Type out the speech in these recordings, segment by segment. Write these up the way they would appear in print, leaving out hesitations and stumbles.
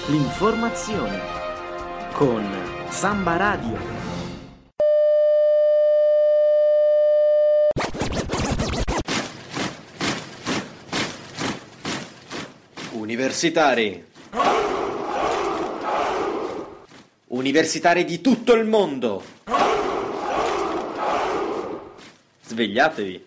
l'informazione con Samba Radio. Universitari di tutto il mondo, svegliatevi.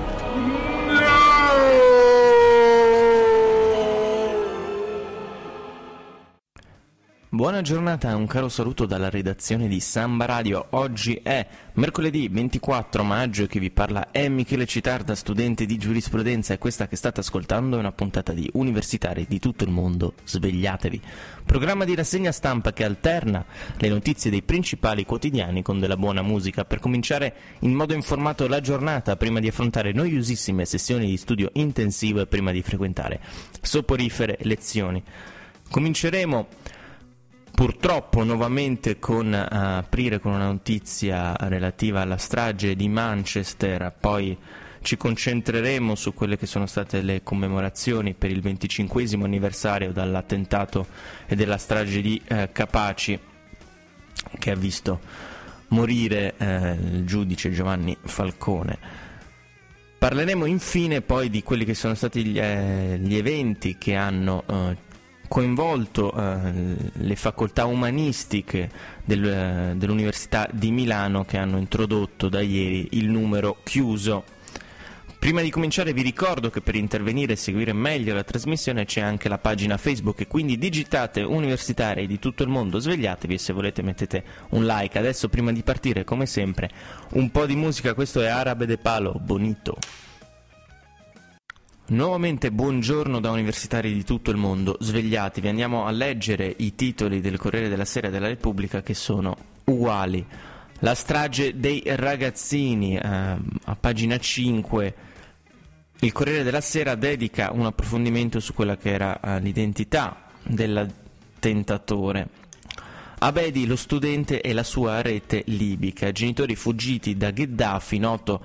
Buona giornata, un caro saluto dalla redazione di Samba Radio. Oggi è mercoledì 24 maggio e chi vi parla è Michele Citarda, studente di giurisprudenza, e questa che state ascoltando è una puntata di Universitari di tutto il mondo, svegliatevi. Programma di rassegna stampa che alterna le notizie dei principali quotidiani con della buona musica per cominciare in modo informato la giornata prima di affrontare noiosissime sessioni di studio intensivo e prima di frequentare soporifere lezioni. Cominceremo purtroppo nuovamente con aprire con una notizia relativa alla strage di Manchester, poi ci concentreremo su quelle che sono state le commemorazioni per il 25esimo anniversario dall'attentato e della strage di Capaci, che ha visto morire il giudice Giovanni Falcone. Parleremo infine poi di quelli che sono stati gli eventi che hanno coinvolto le facoltà umanistiche dell'Università di Milano, che hanno introdotto da ieri il numero chiuso. Prima di cominciare vi ricordo che per intervenire e seguire meglio la trasmissione c'è anche la pagina Facebook, e quindi digitate Universitari di tutto il mondo, svegliatevi, e se volete mettete un like. Adesso, prima di partire, come sempre, un po' di musica. Questo è Arabe de Palo, Bonito. Nuovamente buongiorno da universitari di tutto il mondo, svegliatevi, andiamo a leggere i titoli del Corriere della Sera della Repubblica, che sono uguali. La strage dei ragazzini, a pagina 5, il Corriere della Sera dedica un approfondimento su quella che era l'identità dell'attentatore. Abedi, lo studente e la sua rete libica, genitori fuggiti da Gheddafi, noto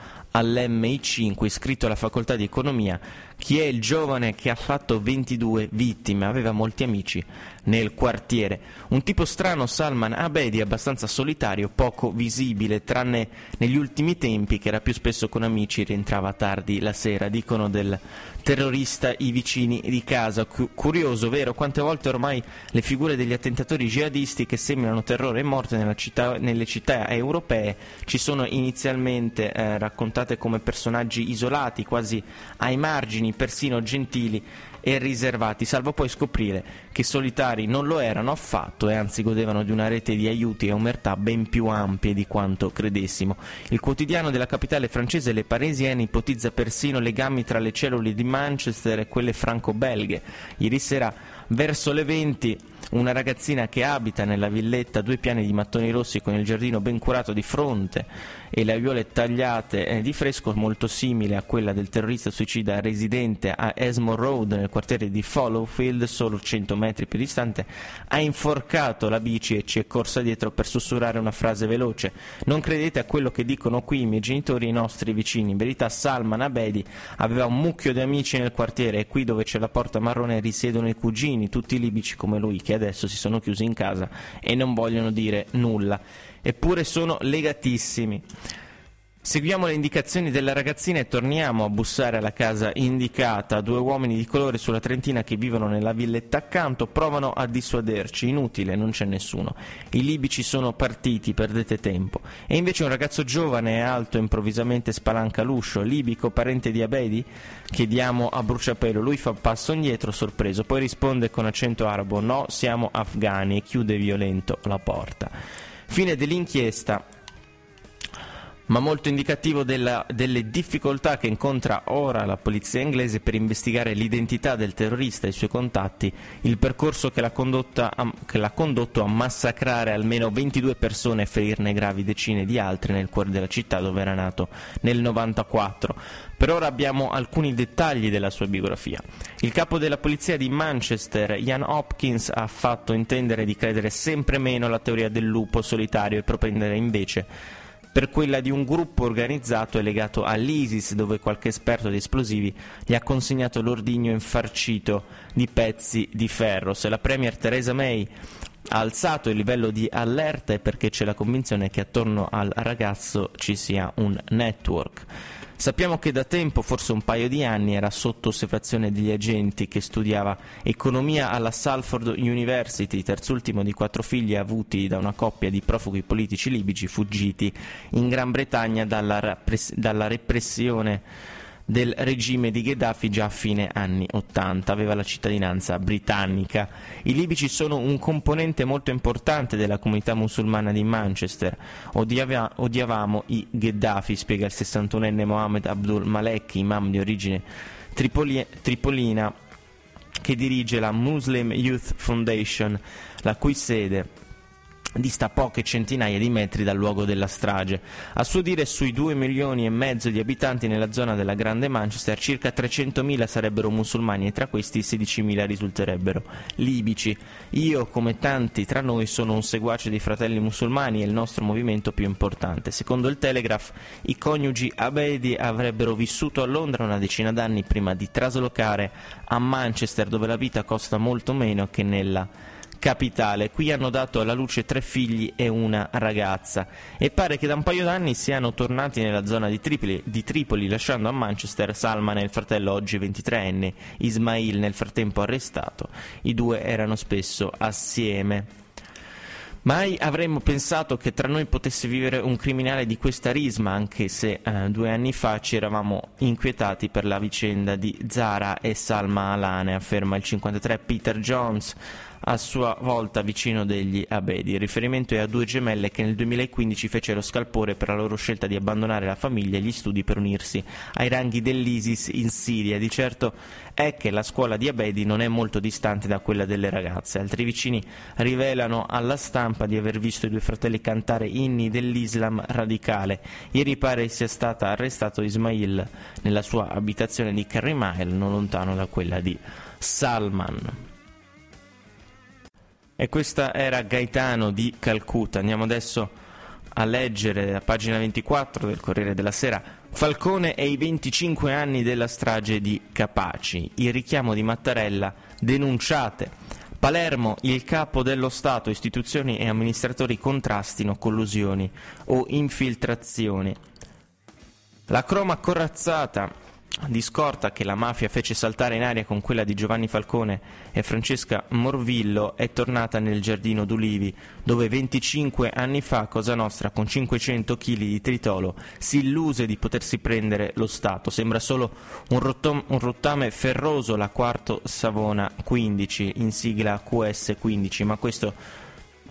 all'MI5, iscritto alla facoltà di economia. Chi è il giovane che ha fatto 22 vittime? Aveva molti amici nel quartiere. Un tipo strano, Salman Abedi, abbastanza solitario, poco visibile, tranne negli ultimi tempi, che era più spesso con amici, rientrava tardi la sera. Dicono del terrorista i vicini di casa. Curioso, vero? Quante volte ormai le figure degli attentatori jihadisti che sembrano terrore e morte nelle città europee ci sono inizialmente raccontate come personaggi isolati, quasi ai margini, persino gentili e riservati, salvo poi scoprire che solitari non lo erano affatto e anzi godevano di una rete di aiuti e omertà ben più ampie di quanto credessimo. Il quotidiano della capitale francese, Le Parisien, ipotizza persino legami tra le cellule di Manchester e quelle franco-belghe. Ieri sera, verso le 20, una ragazzina che abita nella villetta 2 piani di mattoni rossi con il giardino ben curato di fronte e le aiuole tagliate di fresco, molto simile a quella del terrorista suicida residente a Esmond Road nel quartiere di Fallowfield, solo 100 metri più distante, ha inforcato la bici e ci è corsa dietro per sussurrare una frase veloce: non credete a quello che dicono qui i miei genitori e i nostri vicini. In verità Salman Abedi aveva un mucchio di amici nel quartiere, e qui dove c'è la porta marrone risiedono i cugini, tutti libici come lui, che adesso si sono chiusi in casa e non vogliono dire nulla, eppure sono legatissimi. Seguiamo le indicazioni della ragazzina e torniamo a bussare alla casa indicata. 2 uomini di colore sulla Trentina che vivono nella villetta accanto provano a dissuaderci. Inutile, non c'è nessuno. I libici sono partiti, perdete tempo. E invece un ragazzo giovane e alto improvvisamente spalanca l'uscio. Libico, parente di Abedi? Chiediamo a bruciapelo. Lui fa passo indietro, sorpreso, poi risponde con accento arabo: no, siamo afghani, e chiude violento la porta. Fine dell'inchiesta, ma molto indicativo delle difficoltà che incontra ora la polizia inglese per investigare l'identità del terrorista e i suoi contatti, il percorso che l'ha condotto a massacrare almeno 22 persone e ferirne gravi decine di altre nel cuore della città dove era nato nel 94. Per ora abbiamo alcuni dettagli della sua biografia. Il capo della polizia di Manchester, Ian Hopkins, ha fatto intendere di credere sempre meno alla teoria del lupo solitario e propendere invece per quella di un gruppo organizzato e legato all'ISIS, dove qualche esperto di esplosivi gli ha consegnato l'ordigno infarcito di pezzi di ferro. Se la Premier Theresa May ha alzato il livello di allerta è perché c'è la convinzione che attorno al ragazzo ci sia un network. Sappiamo che da tempo, forse un paio di anni, era sotto osservazione degli agenti, che studiava economia alla Salford University, terzultimo di 4 figli avuti da una coppia di profughi politici libici fuggiti in Gran Bretagna dalla repressione del regime di Gheddafi già a fine anni 80, aveva la cittadinanza britannica. I libici sono un componente molto importante della comunità musulmana di Manchester. Odiavamo i Gheddafi, spiega il 61enne Mohammed Abdul Malek, imam di origine tripolina, che dirige la Muslim Youth Foundation, la cui sede dista poche centinaia di metri dal luogo della strage. A suo dire, sui 2,5 milioni di abitanti nella zona della Grande Manchester, circa 300.000 sarebbero musulmani e tra questi 16.000 risulterebbero libici. Io, come tanti tra noi, sono un seguace dei fratelli musulmani e il nostro movimento più importante. Secondo il Telegraph, i coniugi Abedi avrebbero vissuto a Londra una decina d'anni prima di traslocare a Manchester, dove la vita costa molto meno che nella capitale. Qui hanno dato alla luce 3 figli e una ragazza e pare che da un paio d'anni siano tornati nella zona di Tripoli, lasciando a Manchester Salman e il fratello, oggi 23enne, Ismail, nel frattempo arrestato. I due erano spesso assieme. Mai avremmo pensato che tra noi potesse vivere un criminale di questa risma, anche se 2 anni fa ci eravamo inquietati per la vicenda di Zara e Salma Alane, afferma il 53 Peter Jones, a sua volta vicino degli Abedi. Il riferimento è a 2 gemelle che nel 2015 fecero scalpore per la loro scelta di abbandonare la famiglia e gli studi per unirsi ai ranghi dell'ISIS in Siria. Di certo è che la scuola di Abedi non è molto distante da quella delle ragazze. Altri vicini rivelano alla stampa di aver visto i 2 fratelli cantare inni dell'Islam radicale. Ieri pare sia stato arrestato Ismail nella sua abitazione di Carrimile, non lontano da quella di Salman. E questa era Gaetano di Calcutta. Andiamo adesso a leggere la pagina 24 del Corriere della Sera. Falcone e i 25 anni della strage di Capaci. Il richiamo di Mattarella, denunciate. Palermo, il capo dello Stato, istituzioni e amministratori contrastino collusioni o infiltrazioni. La croma corazzata di scorta che la mafia fece saltare in aria con quella di Giovanni Falcone e Francesca Morvillo è tornata nel Giardino d'Ulivi, dove 25 anni fa Cosa Nostra, con 500 kg di tritolo, si illuse di potersi prendere lo Stato. Sembra solo un rottame ferroso, la Quarto Savona 15, in sigla QS15, ma questo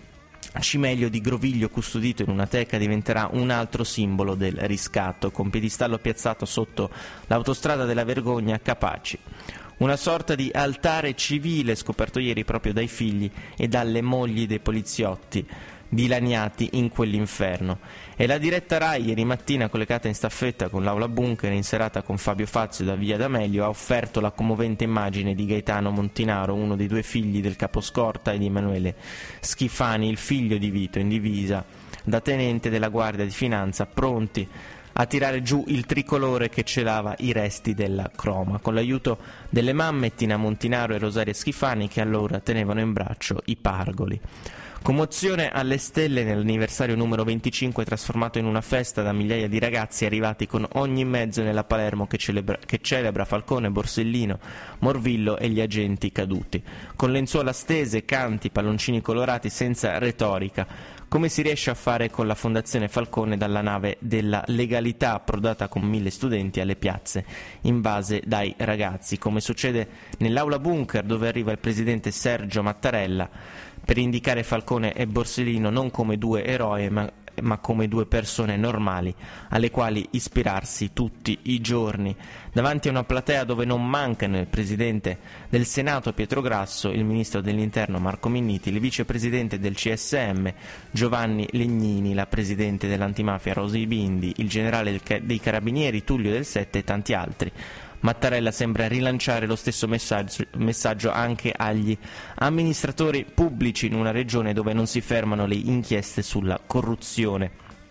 cimelio di groviglio custodito in una teca diventerà un altro simbolo del riscatto, con piedistallo piazzato sotto l'autostrada della vergogna a Capaci. Una sorta di altare civile scoperto ieri proprio dai figli e dalle mogli dei poliziotti dilaniati in quell'inferno. E la diretta Rai, ieri mattina collegata in staffetta con l'Aula Bunker in serata con Fabio Fazio da Via D'Amelio, ha offerto la commovente immagine di Gaetano Montinaro, uno dei 2 figli del caposcorta, e di Emanuele Schifani, il figlio di Vito, in divisa da tenente della Guardia di Finanza, pronti a tirare giù il tricolore che celava i resti della croma, con l'aiuto delle mamme Tina Montinaro e Rosaria Schifani, che allora tenevano in braccio i pargoli. Commozione alle stelle nell'anniversario numero 25, trasformato in una festa da migliaia di ragazzi arrivati con ogni mezzo nella Palermo che celebra Falcone, Borsellino, Morvillo e gli agenti caduti. Con lenzuola stese, canti, palloncini colorati, senza retorica, come si riesce a fare con la Fondazione Falcone dalla nave della legalità approdata con 1000 studenti alle piazze invase dai ragazzi, come succede nell'Aula Bunker, dove arriva il presidente Sergio Mattarella per indicare Falcone e Borsellino non come 2 eroi ma come 2 persone normali alle quali ispirarsi tutti i giorni. Davanti a una platea dove non mancano il presidente del Senato Pietro Grasso, il ministro dell'Interno Marco Minniti, il vicepresidente del CSM Giovanni Legnini, la presidente dell'antimafia Rosy Bindi, il generale dei Carabinieri Tullio Del Sette e tanti altri. Mattarella sembra rilanciare lo stesso messaggio anche agli amministratori pubblici in una regione dove non si fermano le inchieste sulla corruzione.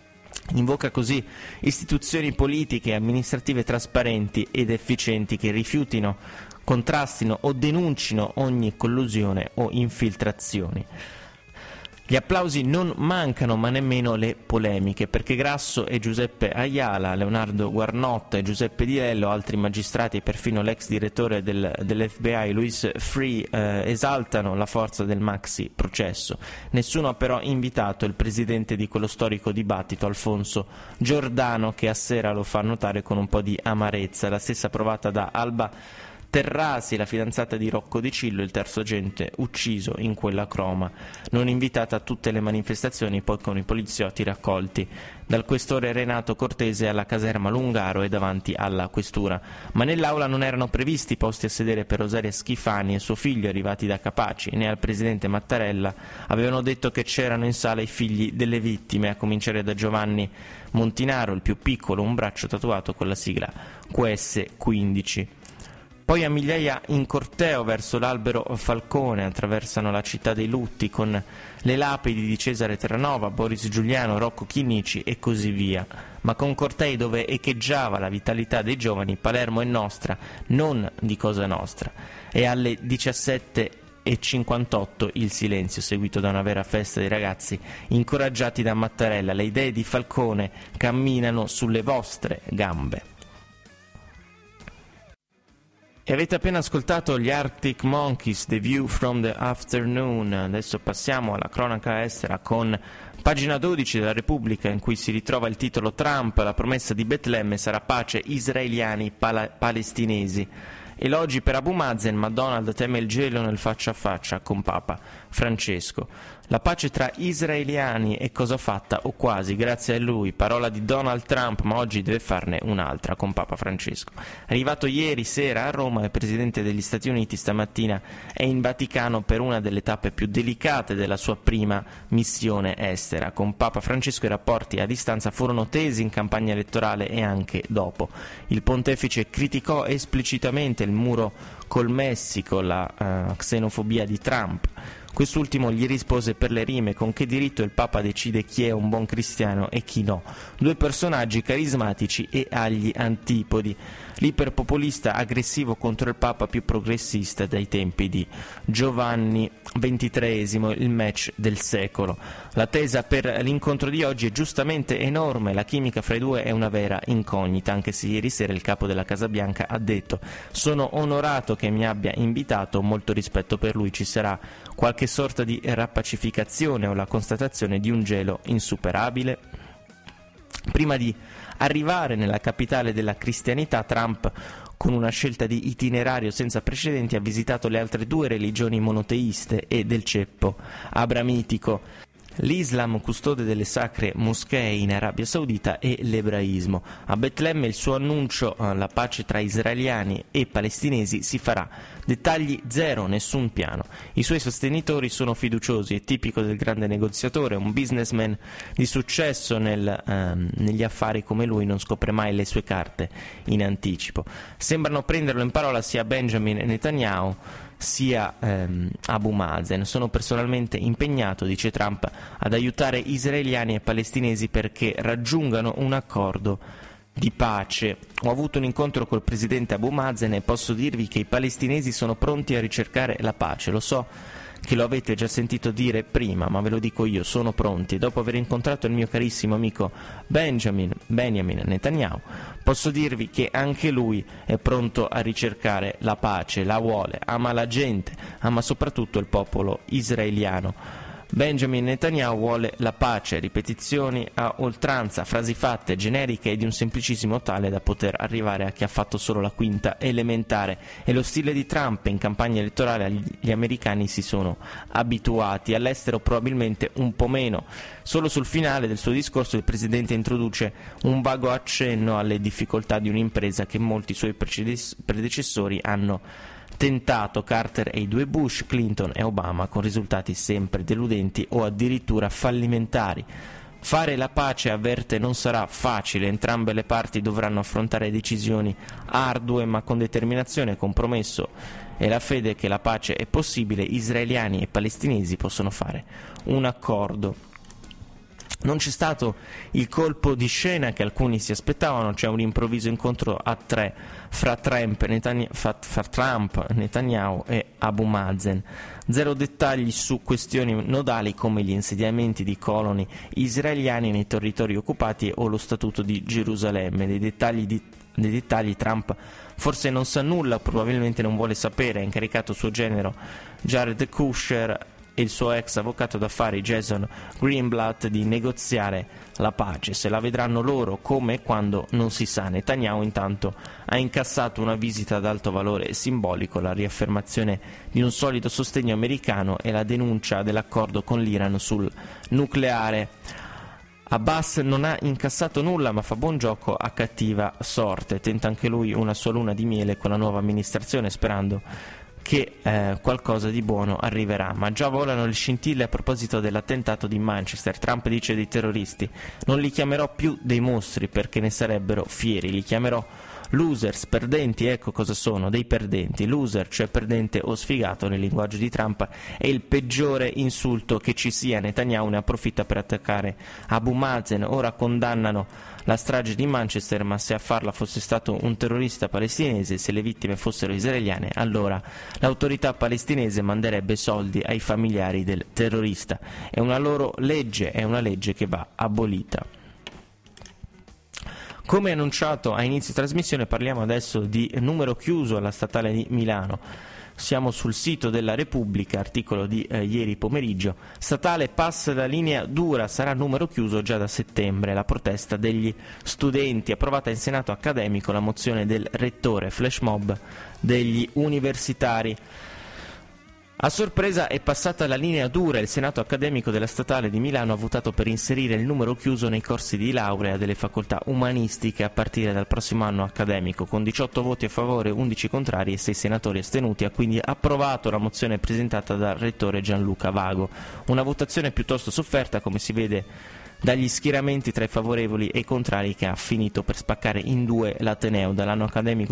Invoca così istituzioni politiche e amministrative trasparenti ed efficienti che rifiutino, contrastino o denuncino ogni collusione o infiltrazioni. Gli applausi non mancano, ma nemmeno le polemiche, perché Grasso e Giuseppe Ayala, Leonardo Guarnotta e Giuseppe Di Lello, altri magistrati e perfino l'ex direttore dell'FBI Louis Freeh esaltano la forza del maxi processo. Nessuno ha però invitato il presidente di quello storico dibattito, Alfonso Giordano, che a sera lo fa notare con un po' di amarezza, la stessa provata da Alba Terrasi, la fidanzata di Rocco Di Cillo, il terzo agente ucciso in quella croma, non invitata a tutte le manifestazioni, poi con i poliziotti raccolti dal questore Renato Cortese alla caserma Lungaro e davanti alla questura. Ma nell'aula non erano previsti posti a sedere per Rosaria Schifani e suo figlio arrivati da Capaci, né al presidente Mattarella avevano detto che c'erano in sala i figli delle vittime, a cominciare da Giovanni Montinaro, il più piccolo, un braccio tatuato con la sigla QS15. Poi a migliaia in corteo verso l'albero Falcone attraversano la città dei lutti con le lapidi di Cesare Terranova, Boris Giuliano, Rocco Chinnici e così via, ma con cortei dove echeggiava la vitalità dei giovani. Palermo è nostra, non di Cosa Nostra. E alle 17:58 il silenzio, seguito da una vera festa dei ragazzi incoraggiati da Mattarella. Le idee di Falcone camminano sulle vostre gambe. E avete appena ascoltato gli Arctic Monkeys, The View from the Afternoon. Adesso passiamo alla cronaca estera con pagina 12 della Repubblica, in cui si ritrova il titolo Trump, la promessa di Betlemme sarà pace israeliani-palestinesi. Elogi per Abu Mazen, ma Donald teme il gelo nel faccia a faccia con Papa Francesco. La pace tra israeliani è cosa fatta, o quasi, grazie a lui. Parola di Donald Trump, ma oggi deve farne un'altra con Papa Francesco. Arrivato ieri sera a Roma, il Presidente degli Stati Uniti stamattina è in Vaticano per una delle tappe più delicate della sua prima missione estera. Con Papa Francesco i rapporti a distanza furono tesi in campagna elettorale e anche dopo. Il pontefice criticò esplicitamente il muro col Messico, la xenofobia di Trump. Quest'ultimo gli rispose per le rime: con che diritto il Papa decide chi è un buon cristiano e chi no? Due personaggi carismatici e agli antipodi. L'iperpopulista aggressivo contro il Papa più progressista dai tempi di Giovanni XXIII, il match del secolo. L'attesa per l'incontro di oggi è giustamente enorme, la chimica fra i due è una vera incognita, anche se ieri sera il capo della Casa Bianca ha detto: sono onorato che mi abbia invitato, molto rispetto per lui, ci sarà qualche sorta di rapacificazione o la constatazione di un gelo insuperabile? Prima di arrivare nella capitale della cristianità, Trump, con una scelta di itinerario senza precedenti, ha visitato le altre due religioni monoteiste e del ceppo abramitico: l'Islam, custode delle sacre moschee in Arabia Saudita, e l'ebraismo. A Betlemme il suo annuncio, la pace tra israeliani e palestinesi, si farà. Dettagli zero, nessun piano. I suoi sostenitori sono fiduciosi, è tipico del grande negoziatore, un businessman di successo negli affari come lui, non scopre mai le sue carte in anticipo. Sembrano prenderlo in parola sia Benjamin Netanyahu sia Abu Mazen. Sono personalmente impegnato, dice Trump, ad aiutare israeliani e palestinesi perché raggiungano un accordo di pace. Ho avuto un incontro col presidente Abu Mazen e posso dirvi che i palestinesi sono pronti a ricercare la pace. Lo so che lo avete già sentito dire prima, ma ve lo dico io, sono pronti. E dopo aver incontrato il mio carissimo amico Benjamin Netanyahu, posso dirvi che anche lui è pronto a ricercare la pace, la vuole, ama la gente, ama soprattutto il popolo israeliano. Benjamin Netanyahu vuole la pace, ripetizioni a oltranza, frasi fatte, generiche e di un semplicissimo tale da poter arrivare a chi ha fatto solo la quinta elementare. È lo stile di Trump, in campagna elettorale gli americani si sono abituati, all'estero probabilmente un po' meno. Solo sul finale del suo discorso il presidente introduce un vago accenno alle difficoltà di un'impresa che molti suoi predecessori hanno tentato, Carter e i due Bush, Clinton e Obama, con risultati sempre deludenti o addirittura fallimentari. Fare la pace, avverte, non sarà facile, entrambe le parti dovranno affrontare decisioni ardue, ma con determinazione e compromesso e la fede che la pace è possibile, israeliani e palestinesi possono fare un accordo. Non c'è stato il colpo di scena che alcuni si aspettavano, c'è un improvviso incontro a tre fra Trump, Netanyahu e Abu Mazen. Zero dettagli su questioni nodali come gli insediamenti di coloni israeliani nei territori occupati o lo Statuto di Gerusalemme. Dei dettagli Trump forse non sa nulla, probabilmente non vuole sapere. Ha incaricato suo genero Jared Kushner e il suo ex avvocato d'affari Jason Greenblatt di negoziare la pace. Se la vedranno loro, come e quando non si sa. Netanyahu intanto ha incassato una visita ad alto valore simbolico, la riaffermazione di un solido sostegno americano e la denuncia dell'accordo con l'Iran sul nucleare. Abbas non ha incassato nulla, ma fa buon gioco a cattiva sorte. Tenta anche lui una sua luna di miele con la nuova amministrazione, sperando che qualcosa di buono arriverà. Ma già volano le scintille a proposito dell'attentato di Manchester. Trump dice dei terroristi: non li chiamerò più dei mostri perché ne sarebbero fieri, li chiamerò losers, perdenti. Ecco cosa sono, dei perdenti. Loser, cioè perdente o sfigato nel linguaggio di Trump, è il peggiore insulto che ci sia. Netanyahu ne approfitta per attaccare Abu Mazen. Ora condannano la strage di Manchester, ma se a farla fosse stato un terrorista palestinese, se le vittime fossero israeliane, allora l'autorità palestinese manderebbe soldi ai familiari del terrorista. È una loro legge, è una legge che va abolita. Come annunciato a inizio trasmissione, parliamo adesso di numero chiuso alla statale di Milano. Siamo sul sito della Repubblica, articolo di ieri pomeriggio. Statale passa la linea dura, sarà numero chiuso già da settembre. La protesta degli studenti, approvata in Senato accademico la mozione del rettore, flash mob degli universitari. A sorpresa è passata la linea dura. Il Senato accademico della Statale di Milano ha votato per inserire il numero chiuso nei corsi di laurea delle facoltà umanistiche a partire dal prossimo anno accademico. Con 18 voti a favore, 11 contrari e 6 senatori astenuti ha quindi approvato la mozione presentata dal rettore Gianluca Vago. Una votazione piuttosto sofferta, come si vede dagli schieramenti tra i favorevoli e i contrari, che ha finito per spaccare in due l'Ateneo. Dall'anno accademico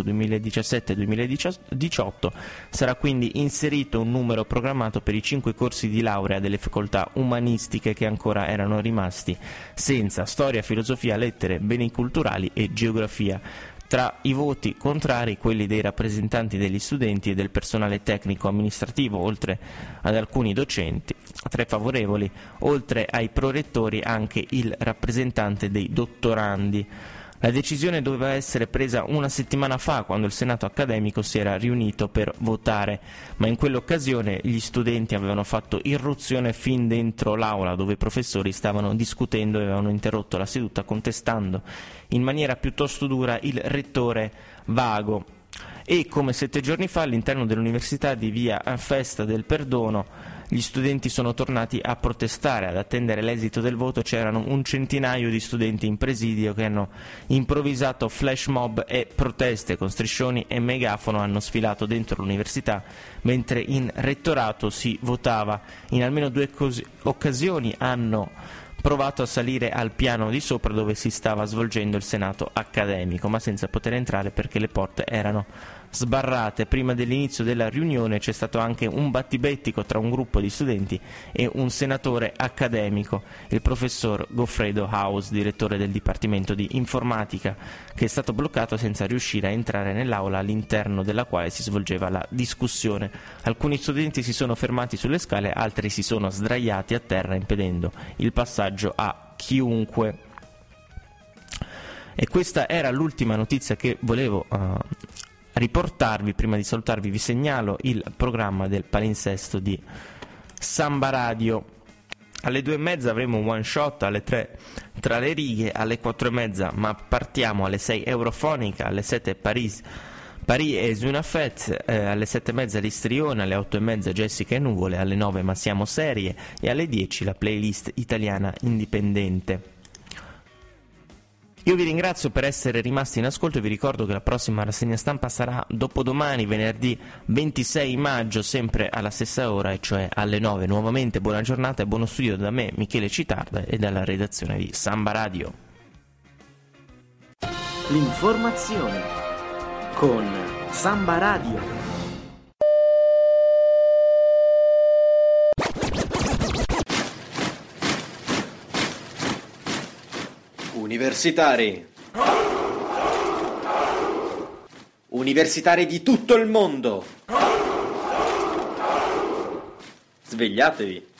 2017-2018 sarà quindi inserito un numero programmato per i 5 corsi di laurea delle facoltà umanistiche che ancora erano rimasti senza: storia, filosofia, lettere, beni culturali e geografia. Tra i voti contrari, quelli dei rappresentanti degli studenti e del personale tecnico-amministrativo, oltre ad alcuni docenti. Tra i favorevoli, oltre ai prorettori, anche il rappresentante dei dottorandi. La decisione doveva essere presa una settimana fa, quando il Senato accademico si era riunito per votare, ma in quell'occasione gli studenti avevano fatto irruzione fin dentro l'aula, dove i professori stavano discutendo e avevano interrotto la seduta contestando in maniera piuttosto dura il rettore Vago. E come 7 giorni fa, all'interno dell'università di via Festa del Perdono, gli studenti sono tornati a protestare. Ad attendere l'esito del voto c'erano un centinaio di studenti in presidio che hanno improvvisato flash mob e proteste. Con striscioni e megafono hanno sfilato dentro l'università mentre in rettorato si votava. In almeno 2 occasioni hanno provato a salire al piano di sopra dove si stava svolgendo il Senato accademico, ma senza poter entrare perché le porte erano sbarrate. Prima dell'inizio della riunione c'è stato anche un battibecco tra un gruppo di studenti e un senatore accademico, il professor Goffredo House, direttore del Dipartimento di Informatica, che è stato bloccato senza riuscire a entrare nell'aula all'interno della quale si svolgeva la discussione. Alcuni studenti si sono fermati sulle scale, altri si sono sdraiati a terra impedendo il passaggio a chiunque. E questa era l'ultima notizia che volevo riportarvi. Prima di salutarvi vi segnalo il programma del palinsesto di Samba Radio. Alle 2:30 avremo un one shot, alle 3 tra le righe, alle 4:30 ma partiamo alle 6 Eurofonica, alle 7 Paris e Sunafet, alle 7:30 l'Istrione, alle 8:30 Jessica e Nuvole, alle 9 Ma siamo serie e alle 10 la playlist italiana indipendente. Io vi ringrazio per essere rimasti in ascolto e vi ricordo che la prossima rassegna stampa sarà dopodomani, venerdì 26 maggio, sempre alla stessa ora, e cioè alle 9. Nuovamente buona giornata e buono studio da me, Michele Citarda, e dalla redazione di Samba Radio. L'informazione con Samba Radio. Universitari! Universitari di tutto il mondo! Svegliatevi!